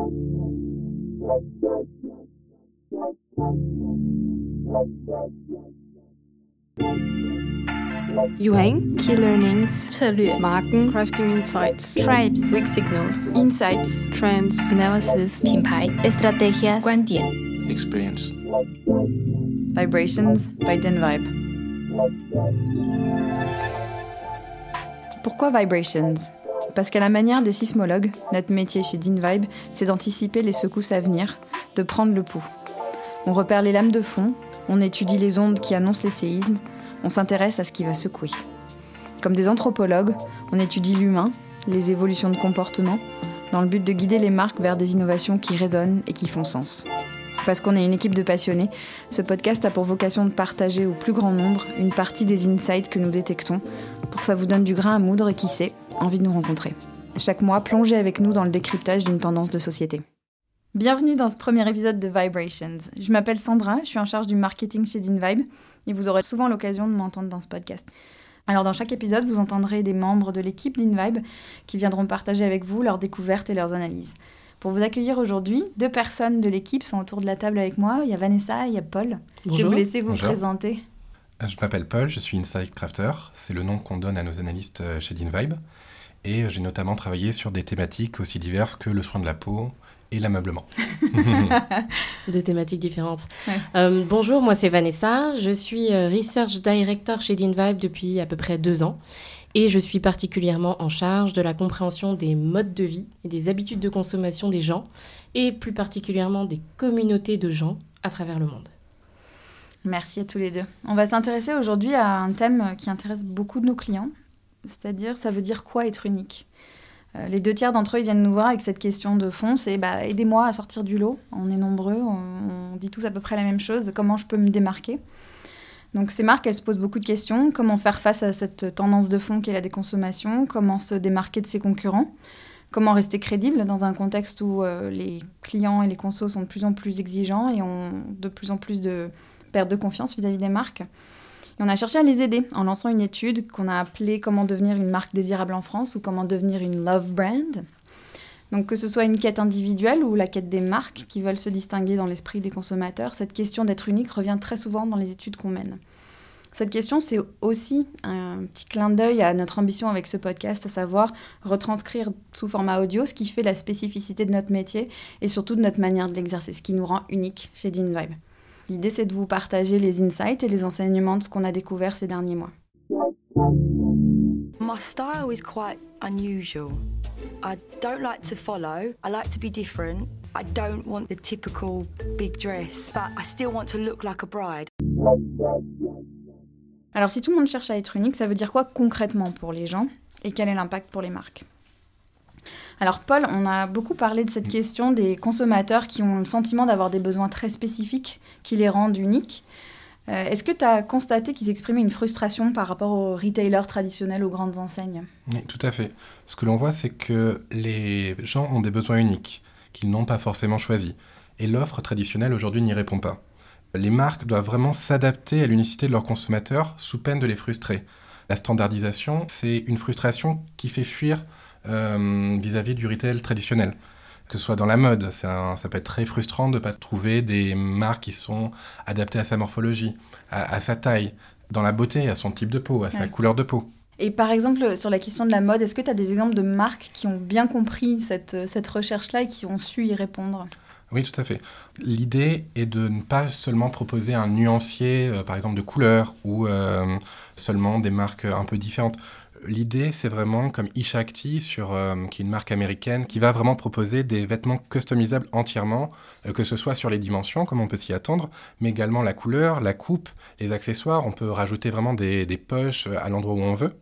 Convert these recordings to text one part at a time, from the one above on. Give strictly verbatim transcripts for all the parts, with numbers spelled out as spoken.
Yuheng, Key Learnings, 策略 Marken, Crafting Insights, Tribes Weak Signals, Insights Trends, Analysis 品牌 Estrategias 观点 Experience. Vibrations by Dinvibe. Pourquoi Vibrations ? Parce qu'à la manière des sismologues, notre métier chez Dinvibe, c'est d'anticiper les secousses à venir, de prendre le pouls. On repère les lames de fond, on étudie les ondes qui annoncent les séismes, on s'intéresse à ce qui va secouer. Comme des anthropologues, on étudie l'humain, les évolutions de comportement, dans le but de guider les marques vers des innovations qui résonnent et qui font sens. Parce qu'on est une équipe de passionnés, ce podcast a pour vocation de partager au plus grand nombre une partie des insights que nous détectons, pour que ça vous donne du grain à moudre et qui sait, envie de nous rencontrer. Chaque mois, plongez avec nous dans le décryptage d'une tendance de société. Bienvenue dans ce premier épisode de Vibrations. Je m'appelle Sandra, je suis en charge du marketing chez Dinvibe et vous aurez souvent l'occasion de m'entendre dans ce podcast. Alors dans chaque épisode, vous entendrez des membres de l'équipe Dinvibe qui viendront partager avec vous leurs découvertes et leurs analyses. Pour vous accueillir aujourd'hui, deux personnes de l'équipe sont autour de la table avec moi. Il y a Vanessa et il y a Paul. Bonjour. Je vais vous laisser vous Bonjour. présenter. Je m'appelle Paul, je suis Insight Crafter, c'est le nom qu'on donne à nos analystes chez Dinvibe. Et j'ai notamment travaillé sur des thématiques aussi diverses que le soin de la peau et l'ameublement. Deux thématiques différentes. Ouais. Euh, bonjour, moi c'est Vanessa, je suis euh, Research Director chez Dinvibe depuis à peu près deux ans et je suis particulièrement en charge de la compréhension des modes de vie et des habitudes de consommation des gens et plus particulièrement des communautés de gens à travers le monde. Merci à tous les deux. On va s'intéresser aujourd'hui à un thème qui intéresse beaucoup de nos clients, c'est-à-dire ça veut dire quoi être unique ? Euh, les deux tiers d'entre eux ils viennent nous voir avec cette question de fond, c'est bah, aidez-moi à sortir du lot, on est nombreux, on, on dit tous à peu près la même chose, comment je peux me démarquer ? Donc ces marques, elles se posent beaucoup de questions, comment faire face à cette tendance de fond qu'est la déconsommation, comment se démarquer de ses concurrents, comment rester crédible dans un contexte où euh, les clients et les consos sont de plus en plus exigeants et ont de plus en plus de perte de confiance vis-à-vis des marques. Et on a cherché à les aider en lançant une étude qu'on a appelée « Comment devenir une marque désirable en France » ou « Comment devenir une love brand ». Donc que ce soit une quête individuelle ou la quête des marques qui veulent se distinguer dans l'esprit des consommateurs, cette question d'être unique revient très souvent dans les études qu'on mène. Cette question, c'est aussi un petit clin d'œil à notre ambition avec ce podcast, à savoir retranscrire sous format audio ce qui fait la spécificité de notre métier et surtout de notre manière de l'exercer, ce qui nous rend unique chez Dinvibe. L'idée, c'est de vous partager les insights et les enseignements de ce qu'on a découvert ces derniers mois. My style is quite unusual. I don't like to follow. I like to be different. I don't want the typical big dress, but I still want to look like a bride. Alors, si tout le monde cherche à être unique, ça veut dire quoi concrètement pour les gens et quel est l'impact pour les marques ? Alors Paul, on a beaucoup parlé de cette question des consommateurs qui ont le sentiment d'avoir des besoins très spécifiques qui les rendent uniques. Euh, est-ce que tu as constaté qu'ils exprimaient une frustration par rapport aux retailers traditionnels, aux grandes enseignes ? Oui, tout à fait. Ce que l'on voit, c'est que les gens ont des besoins uniques, qu'ils n'ont pas forcément choisis. Et l'offre traditionnelle, aujourd'hui, n'y répond pas. Les marques doivent vraiment s'adapter à l'unicité de leurs consommateurs sous peine de les frustrer. La standardisation, c'est une frustration qui fait fuir euh, vis-à-vis du retail traditionnel. Que ce soit dans la mode, c'est un, ça peut être très frustrant de ne pas trouver des marques qui sont adaptées à sa morphologie, à, à sa taille, dans la beauté, à son type de peau, à sa Ouais. couleur de peau. Et par exemple, sur la question de la mode, est-ce que tu as des exemples de marques qui ont bien compris cette, cette recherche-là et qui ont su y répondre ? Oui, tout à fait. L'idée est de ne pas seulement proposer un nuancier, euh, par exemple, de couleurs ou euh, seulement des marques un peu différentes. L'idée, c'est vraiment comme Ishakti, sur, euh, qui est une marque américaine, qui va vraiment proposer des vêtements customisables entièrement, euh, que ce soit sur les dimensions, comme on peut s'y attendre, mais également la couleur, la coupe, les accessoires. On peut rajouter vraiment des, des poches à l'endroit où on veut.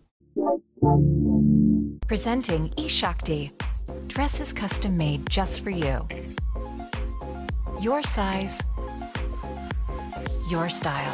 Presenting eShakti. Dresses custom made just for you. Your size, your style.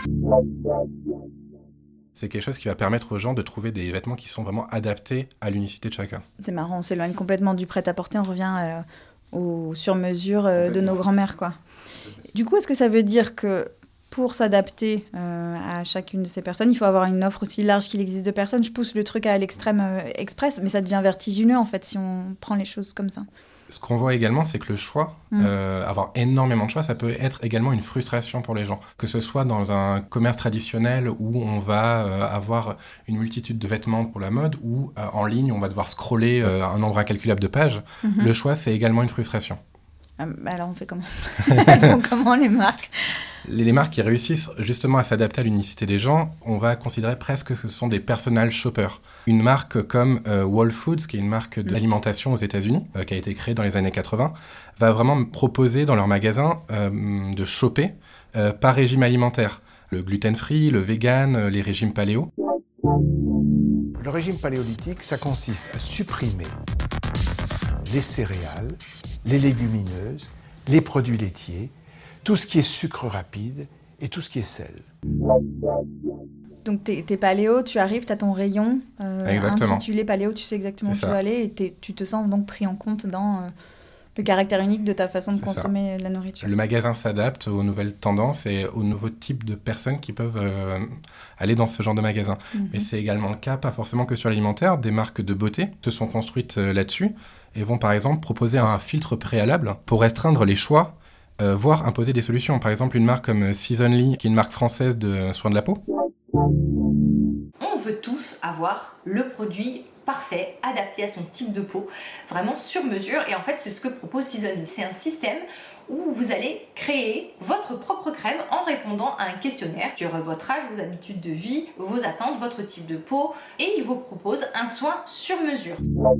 C'est quelque chose qui va permettre aux gens de trouver des vêtements qui sont vraiment adaptés à l'unicité de chacun. C'est marrant, on s'éloigne complètement du prêt-à-porter, on revient euh, au sur-mesure euh, de nos grands-mères, quoi. Du coup, est-ce que ça veut dire que pour s'adapter euh, à chacune de ces personnes, il faut avoir une offre aussi large qu'il existe de personnes ? Je pousse le truc à l'extrême euh, express, mais ça devient vertigineux, en fait, si on prend les choses comme ça. Ce qu'on voit également, c'est que le choix, mmh. euh, avoir énormément de choix, ça peut être également une frustration pour les gens. Que ce soit dans un commerce traditionnel où on va euh, avoir une multitude de vêtements pour la mode, ou euh, en ligne, on va devoir scroller euh, un nombre incalculable de pages. Mmh. Le choix, c'est également une frustration. Euh, alors on fait comment? Elles font comment les marques? Les, les marques qui réussissent justement à s'adapter à l'unicité des gens, on va considérer presque que ce sont des personal shoppers. Une marque comme euh, Whole Foods, qui est une marque de l'alimentation aux États-Unis, euh, qui a été créée dans les années quatre-vingts, va vraiment proposer dans leur magasin euh, de shopper euh, par régime alimentaire. Le gluten-free, le vegan, euh, les régimes paléo. Le régime paléolithique, ça consiste à supprimer les céréales, les légumineuses, les produits laitiers, tout ce qui est sucre rapide et tout ce qui est sel. Donc t'es, t'es paléo, tu arrives, t'as ton rayon euh, intitulé paléo, tu sais exactement où tu vas aller et tu te sens donc pris en compte dans euh, le caractère unique de ta façon de C'est consommer ça. La nourriture. Le magasin s'adapte aux nouvelles tendances et aux nouveaux types de personnes qui peuvent euh, aller dans ce genre de magasin. Mm-hmm. Mais c'est également le cas, pas forcément que sur l'alimentaire, des marques de beauté se sont construites euh, là-dessus et vont par exemple proposer un filtre préalable pour restreindre les choix, euh, voire imposer des solutions. Par exemple, une marque comme Seasonly, qui est une marque française de soins de la peau. On veut tous avoir le produit parfait, adapté à son type de peau, vraiment sur mesure. Et en fait, c'est ce que propose Seasonly. C'est un système où vous allez créer votre propre crème en répondant à un questionnaire sur votre âge, vos habitudes de vie, vos attentes, votre type de peau. Et il vous propose un soin sur mesure.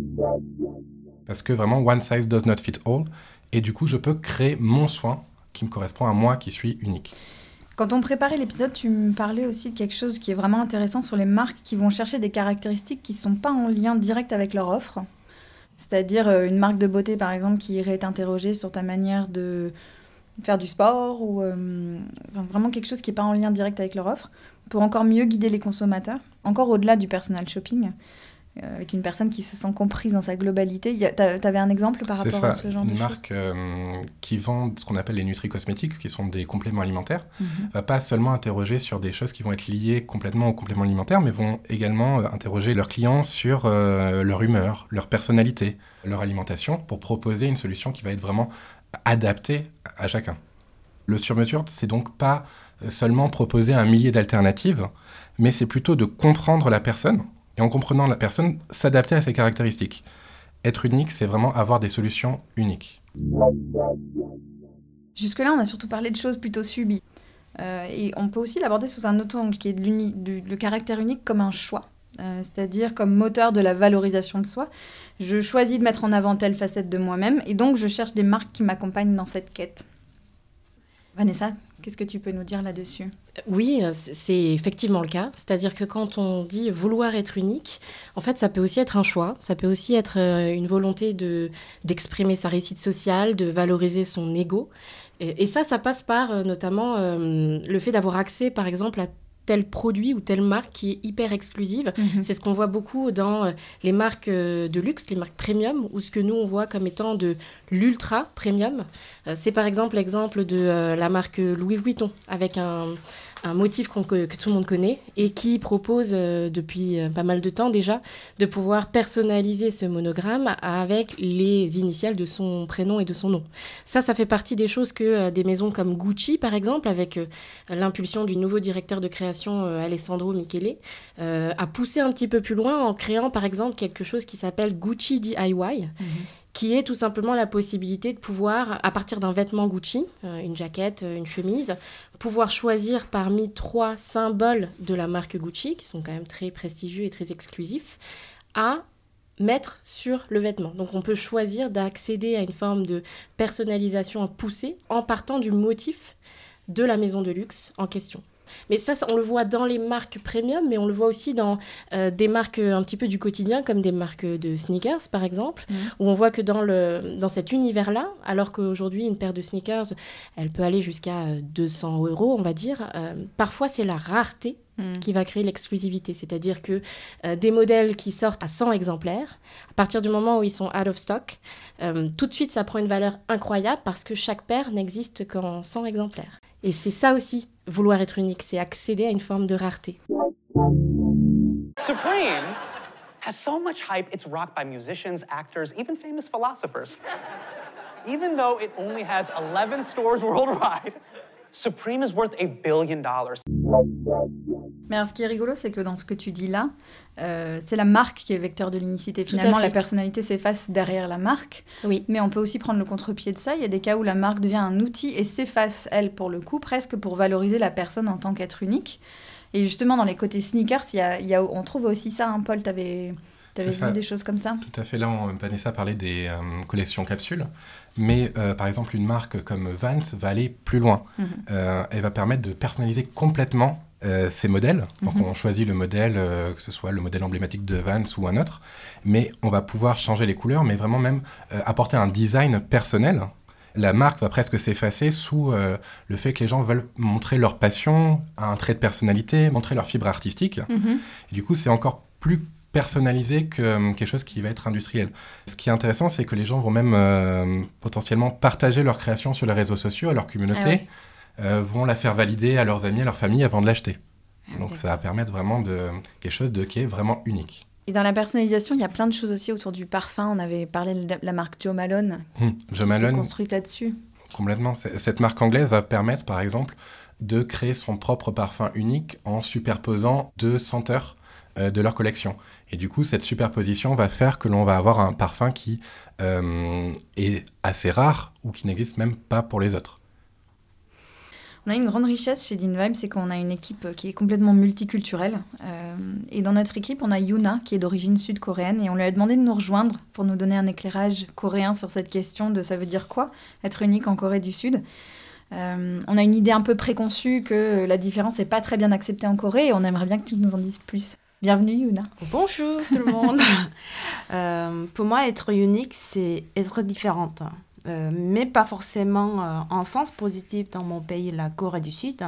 Parce que vraiment, one size does not fit all. Et du coup, je peux créer mon soin qui me correspond à moi, qui suis unique. Quand on préparait l'épisode, tu me parlais aussi de quelque chose qui est vraiment intéressant sur les marques qui vont chercher des caractéristiques qui ne sont pas en lien direct avec leur offre. C'est-à-dire une marque de beauté, par exemple, qui irait t'interroger sur ta manière de faire du sport ou euh, enfin, vraiment quelque chose qui n'est pas en lien direct avec leur offre pour encore mieux guider les consommateurs, encore au-delà du personal shopping. Avec une personne qui se sent comprise dans sa globalité. Tu avais un exemple par rapport ça, à ce genre de choses ? Une marque euh, qui vend ce qu'on appelle les nutri-cosmétiques, qui sont des compléments alimentaires, ne mm-hmm. va pas seulement interroger sur des choses qui vont être liées complètement aux compléments alimentaires, mais vont également euh, interroger leurs clients sur euh, leur humeur, leur personnalité, leur alimentation, pour proposer une solution qui va être vraiment adaptée à chacun. Le sur-mesure, c'est donc pas seulement proposer un millier d'alternatives, mais c'est plutôt de comprendre la personne, et en comprenant la personne, s'adapter à ses caractéristiques. Être unique, c'est vraiment avoir des solutions uniques. Jusque-là, on a surtout parlé de choses plutôt subies. Euh, et on peut aussi l'aborder sous un autre angle, qui est de l'uni- du, le caractère unique comme un choix. Euh, c'est-à-dire comme moteur de la valorisation de soi. Je choisis de mettre en avant telle facette de moi-même, et donc je cherche des marques qui m'accompagnent dans cette quête. Vanessa, qu'est-ce que tu peux nous dire là-dessus ? Oui, c'est effectivement le cas. C'est-à-dire que quand on dit vouloir être unique, en fait, ça peut aussi être un choix. Ça peut aussi être une volonté de, d'exprimer sa réussite sociale, de valoriser son ego. Et, et ça, ça passe par notamment euh, le fait d'avoir accès, par exemple, à tel produit ou telle marque qui est hyper exclusive. Mmh. C'est ce qu'on voit beaucoup dans les marques de luxe, les marques premium, ou ce que nous, on voit comme étant de l'ultra premium. C'est par exemple l'exemple de la marque Louis Vuitton, avec un, un motif qu'on, que, que tout le monde connaît et qui propose euh, depuis pas mal de temps déjà de pouvoir personnaliser ce monogramme avec les initiales de son prénom et de son nom. Ça, ça fait partie des choses que euh, des maisons comme Gucci, par exemple, avec euh, l'impulsion du nouveau directeur de création euh, Alessandro Michele, euh, a poussé un petit peu plus loin en créant, par exemple, quelque chose qui s'appelle Gucci D I Y, mmh. qui est tout simplement la possibilité de pouvoir, à partir d'un vêtement Gucci, euh, une jaquette, une chemise, pouvoir choisir parmi trois symboles de la marque Gucci, qui sont quand même très prestigieux et très exclusifs, à mettre sur le vêtement. Donc on peut choisir d'accéder à une forme de personnalisation poussée en partant du motif de la maison de luxe en question. Mais ça, on le voit dans les marques premium, mais on le voit aussi dans euh, des marques un petit peu du quotidien, comme des marques de sneakers, par exemple, mmh. où on voit que dans, le, dans cet univers-là, alors qu'aujourd'hui, une paire de sneakers, elle peut aller jusqu'à deux cents euros, on va dire, euh, parfois, c'est la rareté mmh. qui va créer l'exclusivité. C'est-à-dire que euh, des modèles qui sortent à cent exemplaires, à partir du moment où ils sont out of stock, euh, tout de suite, ça prend une valeur incroyable parce que chaque paire n'existe qu'en cent exemplaires. Et c'est ça aussi, vouloir être unique, c'est accéder à une forme de rareté. Supreme has so much hype, it's rocked by musicians, actors, even famous philosophers. even though it only has eleven stores worldwide, Supreme is worth a billion dollars. Mais alors, ce qui est rigolo, c'est que dans ce que tu dis là, euh, c'est la marque qui est vecteur de l'unicité. Finalement, la personnalité s'efface derrière la marque. Oui. Mais on peut aussi prendre le contre-pied de ça. Il y a des cas où la marque devient un outil et s'efface, elle, pour le coup, presque pour valoriser la personne en tant qu'être unique. Et justement, dans les côtés sneakers, il y a, il y a, on trouve aussi ça. Hein, Paul, t'avais, t'avais vu des choses comme ça? Tout à fait. Là, on, Vanessa parlait des euh, collections capsules. Mais euh, par exemple, une marque comme Vans va aller plus loin. Mm-hmm. Euh, elle va permettre de personnaliser complètement euh, ses modèles. Donc, mm-hmm. on choisit le modèle, euh, que ce soit le modèle emblématique de Vans ou un autre. Mais on va pouvoir changer les couleurs, mais vraiment même euh, apporter un design personnel. La marque va presque s'effacer sous euh, le fait que les gens veulent montrer leur passion, un trait de personnalité, montrer leur fibre artistique. Mm-hmm. Et du coup, c'est encore plus personnalisé que euh, quelque chose qui va être industriel. Ce qui est intéressant, c'est que les gens vont même euh, potentiellement partager leur création sur les réseaux sociaux, à leur communauté, ah oui. euh, vont la faire valider à leurs amis, à leur famille avant de l'acheter. Ah, Donc ça va permettre vraiment de quelque chose de, qui est vraiment unique. Et dans la personnalisation, il y a plein de choses aussi autour du parfum. On avait parlé de la marque Jo Malone, mmh, Jo qui Malone, s'est construite là-dessus. Complètement. Cette marque anglaise va permettre, par exemple, de créer son propre parfum unique en superposant deux senteurs euh, de leur collection. Et du coup, cette superposition va faire que l'on va avoir un parfum qui euh, est assez rare ou qui n'existe même pas pour les autres. On a une grande richesse chez Dean Vibe, c'est qu'on a une équipe qui est complètement multiculturelle. Euh, et dans notre équipe, on a Yuna, qui est d'origine sud-coréenne, et on lui a demandé de nous rejoindre pour nous donner un éclairage coréen sur cette question de ça veut dire quoi, être unique en Corée du Sud. Euh, on a une idée un peu préconçue que la différence n'est pas très bien acceptée en Corée, et on aimerait bien que tu nous en dises plus. Bienvenue, Yuna. Bonjour tout le monde. euh, pour moi, être unique, c'est être différente. Euh, mais pas forcément euh, en sens positif dans mon pays, la Corée du Sud.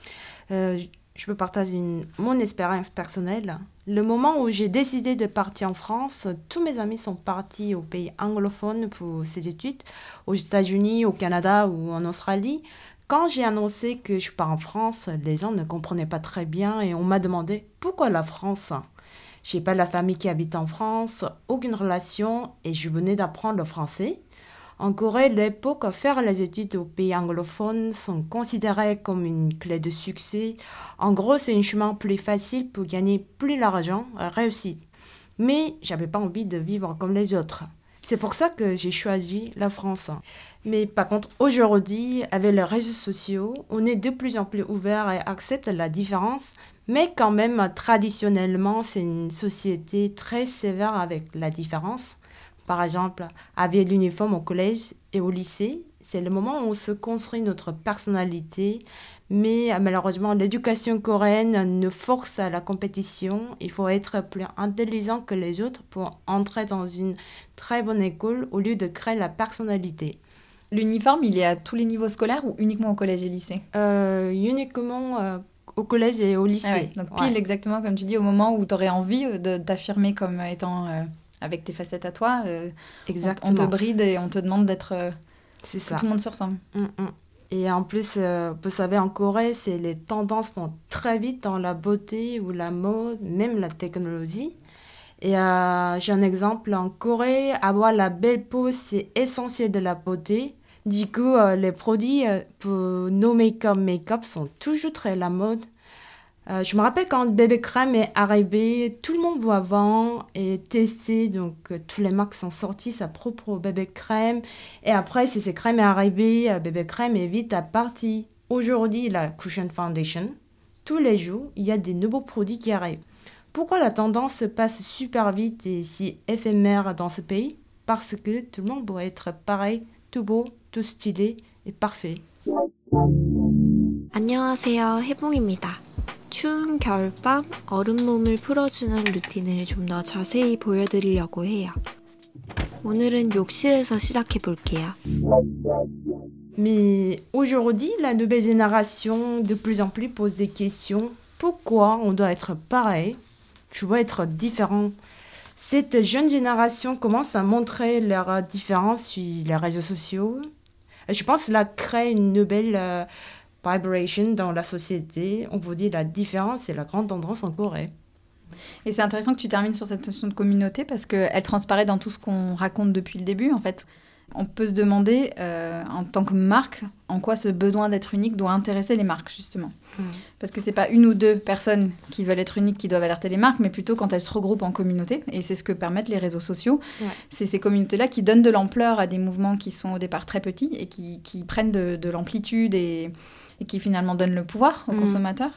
Euh, je peux partager une, mon expérience personnelle. Le moment où j'ai décidé de partir en France, tous mes amis sont partis au pays anglophone pour ses études, aux États-Unis, au Canada ou en Australie. Quand j'ai annoncé que je pars en France, les gens ne comprenaient pas très bien et on m'a demandé pourquoi la France. Je n'ai pas la famille qui habite en France, aucune relation et je venais d'apprendre le français. En Corée, à l'époque, faire les études au pays anglophone sont considérées comme une clé de succès. En gros, c'est un chemin plus facile pour gagner plus d'argent, réussir. Mais j'avais pas envie de vivre comme les autres. C'est pour ça que j'ai choisi la France. Mais par contre, aujourd'hui, avec les réseaux sociaux, on est de plus en plus ouvert et accepte la différence. Mais quand même, traditionnellement, c'est une société très sévère avec la différence. Par exemple, avec l'uniforme au collège et au lycée, c'est le moment où on se construit notre personnalité. Mais malheureusement, l'éducation coréenne nous force à la compétition. Il faut être plus intelligent que les autres pour entrer dans une très bonne école au lieu de créer la personnalité. L'uniforme, il est à tous les niveaux scolaires ou uniquement au collège et lycée ? euh, Uniquement euh, au collège et au lycée. Ah ouais, donc pile ouais. Exactement comme tu dis, au moment où tu aurais envie de t'affirmer comme étant... Euh... avec tes facettes à toi, euh, Exactement. On, on te bride et on te demande d'être... Euh, c'est ça. Que tout le monde se ressemble. Mm, mm. Et en plus, euh, vous savez, en Corée, c'est les tendances vont très vite dans la beauté ou la mode, même la technologie. Et euh, j'ai un exemple. En Corée, avoir la belle peau, c'est essentiel de la beauté. Du coup, euh, les produits euh, pour nos make-up, make-up sont toujours très la mode. Euh, je me rappelle quand B B Crème est arrivé, tout le monde voit avant et testé, donc euh, toutes les marques sont sorties sa propre B B Crème. Et après, si ces crèmes est arrivé, euh, B B Crème est vite à partie. Aujourd'hui, la Cushion Foundation, tous les jours, il y a des nouveaux produits qui arrivent. Pourquoi la tendance se passe super vite et si éphémère dans ce pays ? Parce que tout le monde doit être pareil, tout beau, tout stylé et parfait. 안녕하세요, 혜봉입니다. 추운 겨울밤 얼음 몸을 풀어주는 루틴을 좀 더 자세히 보여드리려고 해요. 오늘은 욕실에서 시작해 볼게요. Mais aujourd'hui, la nouvelle génération de plus en plus pose des questions. Pourquoi on doit être pareil ? Tu dois être différent. Cette jeune génération commence à montrer leurs différences sur les réseaux sociaux. Je pense que cela crée une nouvelle... Euh, vibration dans la société. On peut dire la différence, c'est la grande tendance en Corée. Et c'est intéressant que tu termines sur cette notion de communauté parce qu'elle transparaît dans tout ce qu'on raconte depuis le début, en fait. On peut se demander, euh, en tant que marque, en quoi ce besoin d'être unique doit intéresser les marques, justement. Mmh. Parce que c'est pas une ou deux personnes qui veulent être uniques qui doivent alerter les marques, mais plutôt quand elles se regroupent en communauté. Et c'est ce que permettent les réseaux sociaux. Ouais. C'est ces communautés-là qui donnent de l'ampleur à des mouvements qui sont au départ très petits et qui, qui prennent de, de l'amplitude et, et qui finalement donnent le pouvoir aux mmh. consommateurs.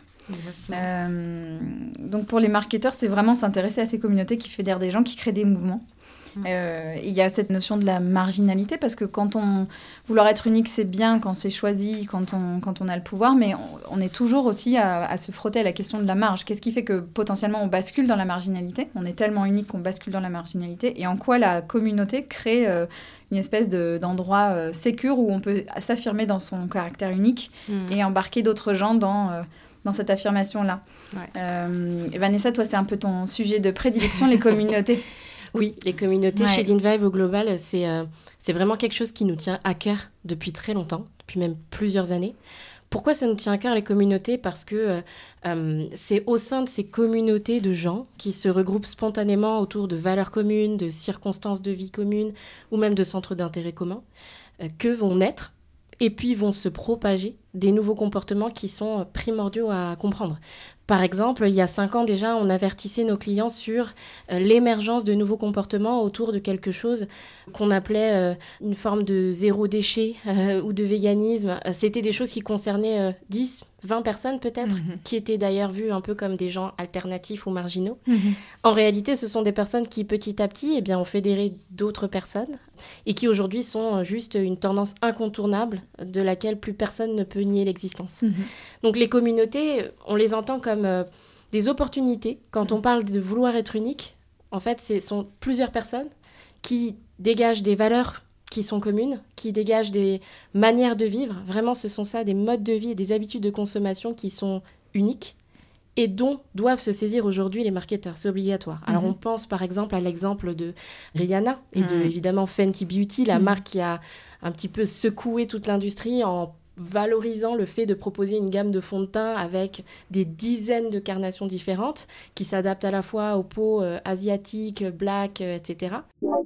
Euh, donc pour les marketeurs, c'est vraiment s'intéresser à ces communautés qui fédèrent des gens, qui créent des mouvements. Il euh, y a cette notion de la marginalité, parce que quand on... Vouloir être unique, c'est bien quand c'est choisi, quand on, quand on a le pouvoir, mais on, on est toujours aussi à, à se frotter à la question de la marge. Qu'est-ce qui fait que potentiellement on bascule dans la marginalité ? On est tellement unique qu'on bascule dans la marginalité. Et en quoi la communauté crée euh, une espèce de, d'endroit euh, sécure où on peut s'affirmer dans son caractère unique mmh. et embarquer d'autres gens dans... Euh, dans cette affirmation-là. Ouais. Euh, Vanessa, toi, c'est un peu ton sujet de prédilection, les communautés. Oui, les communautés ouais. chez Dinvibe au global, c'est, euh, c'est vraiment quelque chose qui nous tient à cœur depuis très longtemps, depuis même plusieurs années. Pourquoi ça nous tient à cœur, les communautés ? Parce que euh, c'est au sein de ces communautés de gens qui se regroupent spontanément autour de valeurs communes, de circonstances de vie communes, ou même de centres d'intérêt communs, euh, que vont naître et puis vont se propager des nouveaux comportements qui sont primordiaux à comprendre. Par exemple, il y a cinq ans déjà, on avertissait nos clients sur euh, l'émergence de nouveaux comportements autour de quelque chose qu'on appelait euh, une forme de zéro déchet euh, ou de véganisme. C'était des choses qui concernaient euh, dix, vingt personnes peut-être, mmh. qui étaient d'ailleurs vues un peu comme des gens alternatifs ou marginaux. Mmh. En réalité, ce sont des personnes qui, petit à petit, eh bien, ont fédéré d'autres personnes et qui aujourd'hui sont juste une tendance incontournable de laquelle plus personne ne peut nier l'existence. Mmh. Donc les communautés, on les entend comme euh, des opportunités. Quand on parle de vouloir être unique, en fait, ce sont plusieurs personnes qui dégagent des valeurs qui sont communes, qui dégagent des manières de vivre. Vraiment, ce sont ça, des modes de vie et des habitudes de consommation qui sont uniques et dont doivent se saisir aujourd'hui les marketeurs. C'est obligatoire. Alors, mmh. on pense par exemple à l'exemple de Rihanna et mmh. de, évidemment, Fenty Beauty, la mmh. marque qui a un petit peu secoué toute l'industrie en valorisant le fait de proposer une gamme de fond de teint avec des dizaines de carnations différentes qui s'adaptent à la fois aux peaux euh, asiatiques, black, euh, et cetera.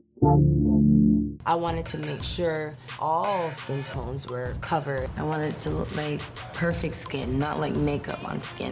I wanted to make sure all skin tones were covered. I wanted it to look like perfect skin, not like makeup on skin.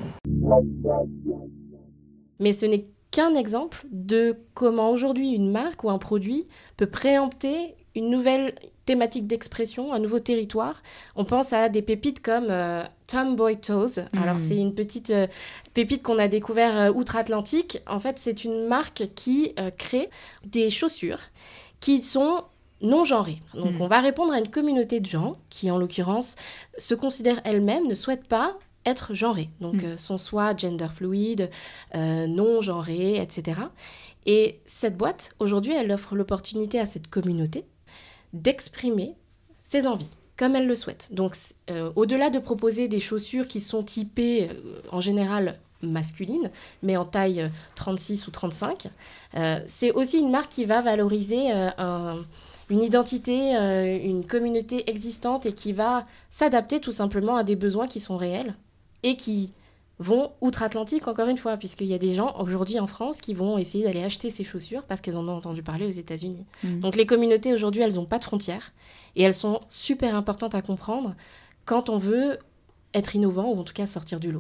Mais ce n'est qu'un exemple de comment aujourd'hui une marque ou un produit peut préempter une nouvelle thématique d'expression, un nouveau territoire. On pense à des pépites comme euh, Tomboy Toes. Mmh. Alors, c'est une petite euh, pépite qu'on a découvert euh, outre-Atlantique. En fait, c'est une marque qui euh, crée des chaussures qui sont non genrées. Donc, mmh. on va répondre à une communauté de gens qui, en l'occurrence, se considèrent elles-mêmes, ne souhaitent pas être genrées. Donc, mmh. euh, sont soit gender fluide, euh, non genrées, et cetera. Et cette boîte, aujourd'hui, elle offre l'opportunité à cette communauté d'exprimer ses envies, comme elle le souhaite. Donc, euh, au-delà de proposer des chaussures qui sont typées, euh, en général, masculines, mais en taille euh, trente-six ou trente-cinq, euh, c'est aussi une marque qui va valoriser euh, un, une identité, euh, une communauté existante et qui va s'adapter tout simplement à des besoins qui sont réels et qui vont outre-Atlantique, encore une fois, puisqu'il y a des gens, aujourd'hui en France, qui vont essayer d'aller acheter ces chaussures parce qu'elles en ont entendu parler aux États-Unis. Mmh. Donc les communautés, aujourd'hui, elles n'ont pas de frontières et elles sont super importantes à comprendre quand on veut être innovant ou en tout cas sortir du lot.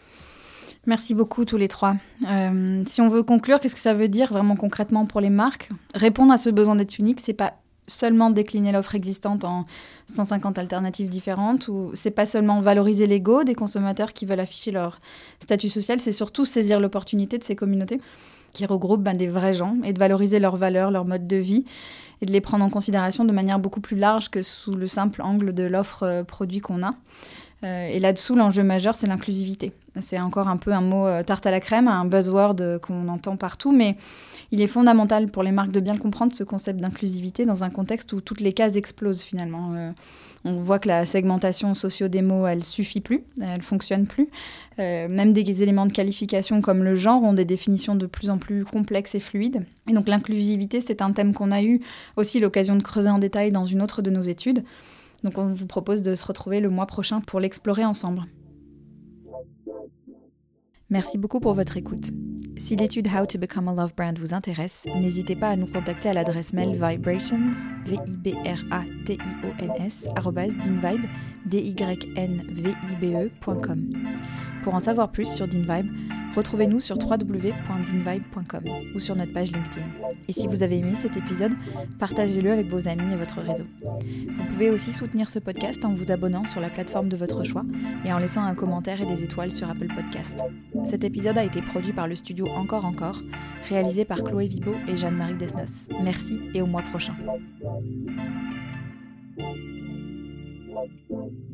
Merci beaucoup tous les trois. Euh, si on veut conclure, qu'est-ce que ça veut dire vraiment concrètement pour les marques ? Répondre à ce besoin d'être unique, c'est pas seulement décliner l'offre existante en cent cinquante alternatives différentes, ou c'est pas seulement valoriser l'ego des consommateurs qui veulent afficher leur statut social, c'est surtout saisir l'opportunité de ces communautés qui regroupent ben, des vrais gens et de valoriser leurs valeurs, leur mode de vie et de les prendre en considération de manière beaucoup plus large que sous le simple angle de l'offre euh, produit qu'on a. Euh, et là-dessous, l'enjeu majeur, c'est l'inclusivité. C'est encore un peu un mot euh, tarte à la crème, un buzzword euh, qu'on entend partout, mais il est fondamental pour les marques de bien le comprendre, ce concept d'inclusivité, dans un contexte où toutes les cases explosent finalement. Euh, on voit que la segmentation socio-démo, elle suffit plus, elle fonctionne plus. Euh, même des éléments de qualification comme le genre ont des définitions de plus en plus complexes et fluides. Et donc l'inclusivité, c'est un thème qu'on a eu aussi l'occasion de creuser en détail dans une autre de nos études. Donc on vous propose de se retrouver le mois prochain pour l'explorer ensemble. Merci beaucoup pour votre écoute. Si l'étude How to Become a Love Brand vous intéresse, n'hésitez pas à nous contacter à l'adresse mail vibrations, v i b r a t i o n s, arobase dinvibe, d y n v i b e point com. Pour en savoir plus sur DinVibe, retrouvez-nous sur w w w point dinvibe point com ou sur notre page LinkedIn. Et si vous avez aimé cet épisode, partagez-le avec vos amis et votre réseau. Vous pouvez aussi soutenir ce podcast en vous abonnant sur la plateforme de votre choix et en laissant un commentaire et des étoiles sur Apple Podcast. Cet épisode a été produit par le studio Encore Encore, réalisé par Chloé Vibo et Jeanne-Marie Desnos. Merci et au mois prochain.